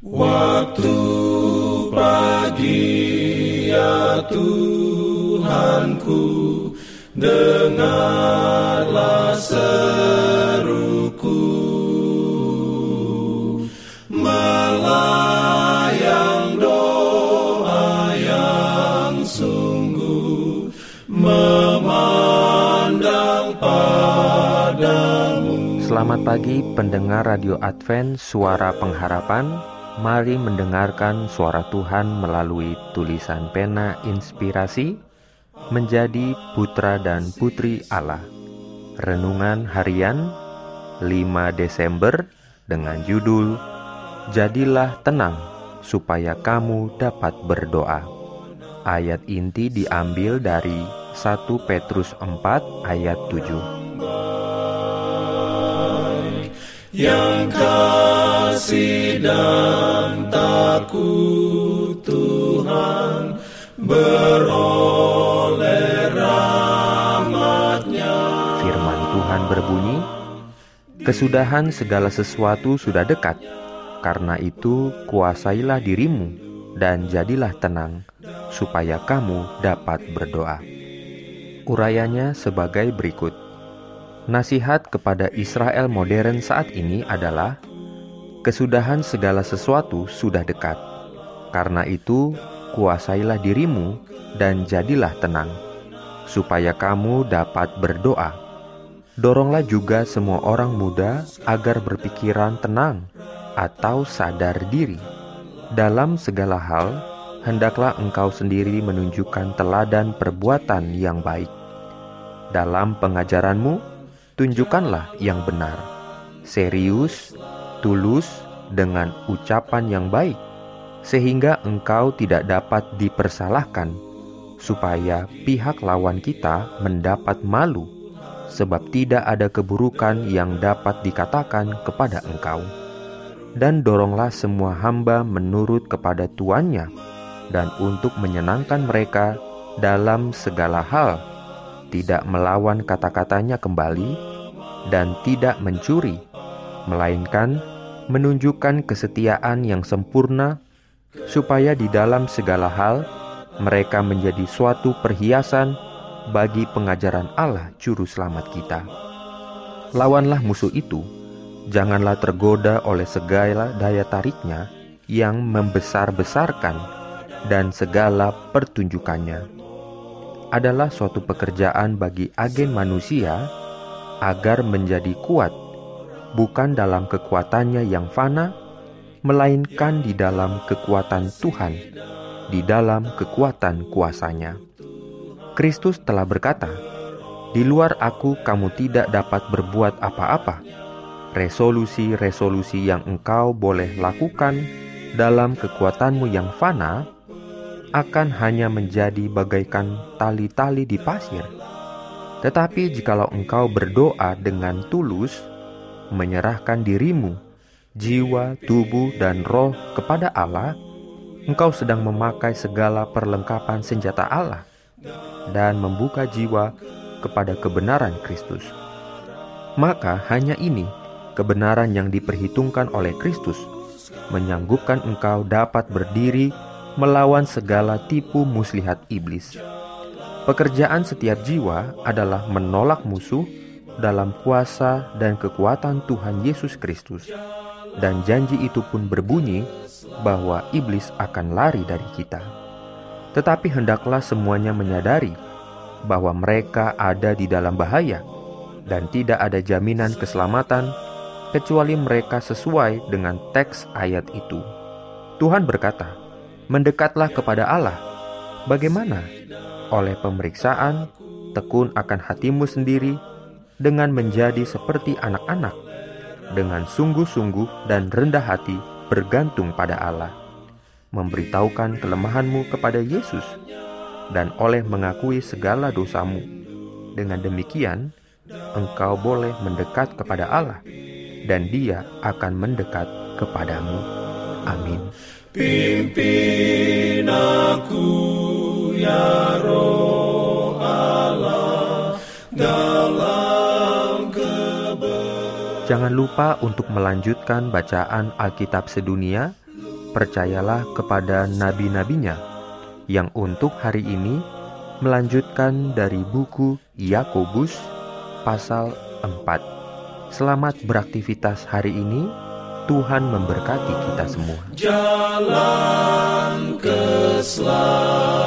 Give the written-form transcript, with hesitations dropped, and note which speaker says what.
Speaker 1: Waktu pagi ya Tuhanku, dengarlah seruku, melayang doa yang sungguh, memandang padamu.
Speaker 2: Selamat pagi pendengar Radio Advent Suara Pengharapan. Mari mendengarkan suara Tuhan melalui tulisan pena inspirasi menjadi putra dan putri Allah. Renungan harian 5 Desember dengan judul Jadilah tenang supaya kamu dapat berdoa. Ayat inti diambil dari 1 Petrus 4 ayat 7.
Speaker 1: Yang kasih dan takut Tuhan beroleh rahmat-Nya.
Speaker 2: Firman Tuhan berbunyi, kesudahan segala sesuatu sudah dekat. Karena itu kuasailah dirimu dan jadilah tenang, supaya kamu dapat berdoa. Urayanya sebagai berikut. Nasihat kepada Israel modern saat ini adalah, kesudahan segala sesuatu sudah dekat. Karena itu, kuasailah dirimu dan jadilah tenang, supaya kamu dapat berdoa. Doronglah juga semua orang muda agar berpikiran tenang atau sadar diri. Dalam segala hal, hendaklah engkau sendiri menunjukkan teladan perbuatan yang baik. Dalam pengajaranmu, tunjukkanlah yang benar, serius, tulus, dengan ucapan yang baik, sehingga engkau tidak dapat dipersalahkan, supaya pihak lawan kita mendapat malu, sebab tidak ada keburukan yang dapat dikatakan kepada engkau. Dan doronglah semua hamba menurut kepada tuannya, dan untuk menyenangkan mereka dalam segala hal, tidak melawan kata-katanya kembali, dan tidak mencuri, melainkan menunjukkan kesetiaan yang sempurna, supaya di dalam segala hal mereka menjadi suatu perhiasan bagi pengajaran Allah Juru Selamat kita. Lawanlah musuh itu, janganlah tergoda oleh segala daya tariknya yang membesar-besarkan dan segala pertunjukannya. Adalah suatu pekerjaan bagi agen manusia agar menjadi kuat, bukan dalam kekuatannya yang fana, melainkan di dalam kekuatan Tuhan, di dalam kekuatan kuasa-Nya. Kristus telah berkata, "Di luar aku kamu tidak dapat berbuat apa-apa." Resolusi-resolusi yang engkau boleh lakukan dalam kekuatanmu yang fana akan hanya menjadi bagaikan tali-tali di pasir. Tetapi jikalau engkau berdoa dengan tulus, menyerahkan dirimu, jiwa, tubuh, dan roh kepada Allah, engkau sedang memakai segala perlengkapan senjata Allah dan membuka jiwa kepada kebenaran Kristus. Maka hanya ini kebenaran yang diperhitungkan oleh Kristus, menyanggupkan engkau dapat berdiri melawan segala tipu muslihat iblis. Pekerjaan setiap jiwa adalah menolak musuh dalam kuasa dan kekuatan Tuhan Yesus Kristus. Dan janji itu pun berbunyi bahwa iblis akan lari dari kita. Tetapi hendaklah semuanya menyadari bahwa mereka ada di dalam bahaya dan tidak ada jaminan keselamatan kecuali mereka sesuai dengan teks ayat itu. Tuhan berkata, "Mendekatlah kepada Allah." Bagaimana? Oleh pemeriksaan, tekun akan hatimu sendiri, dengan menjadi seperti anak-anak, dengan sungguh-sungguh dan rendah hati bergantung pada Allah, memberitahukan kelemahanmu kepada Yesus, dan oleh mengakui segala dosamu. Dengan demikian, engkau boleh mendekat kepada Allah, dan Dia akan mendekat kepadamu. Amin.
Speaker 1: Pimpin aku ya Roh Allah dalam
Speaker 2: Jangan lupa untuk melanjutkan bacaan Alkitab sedunia percayalah kepada nabi-nabinya yang untuk hari ini melanjutkan dari buku Yakobus pasal 4. Selamat beraktivitas hari ini. Tuhan memberkati kita semua.
Speaker 1: Jalan keselamatan.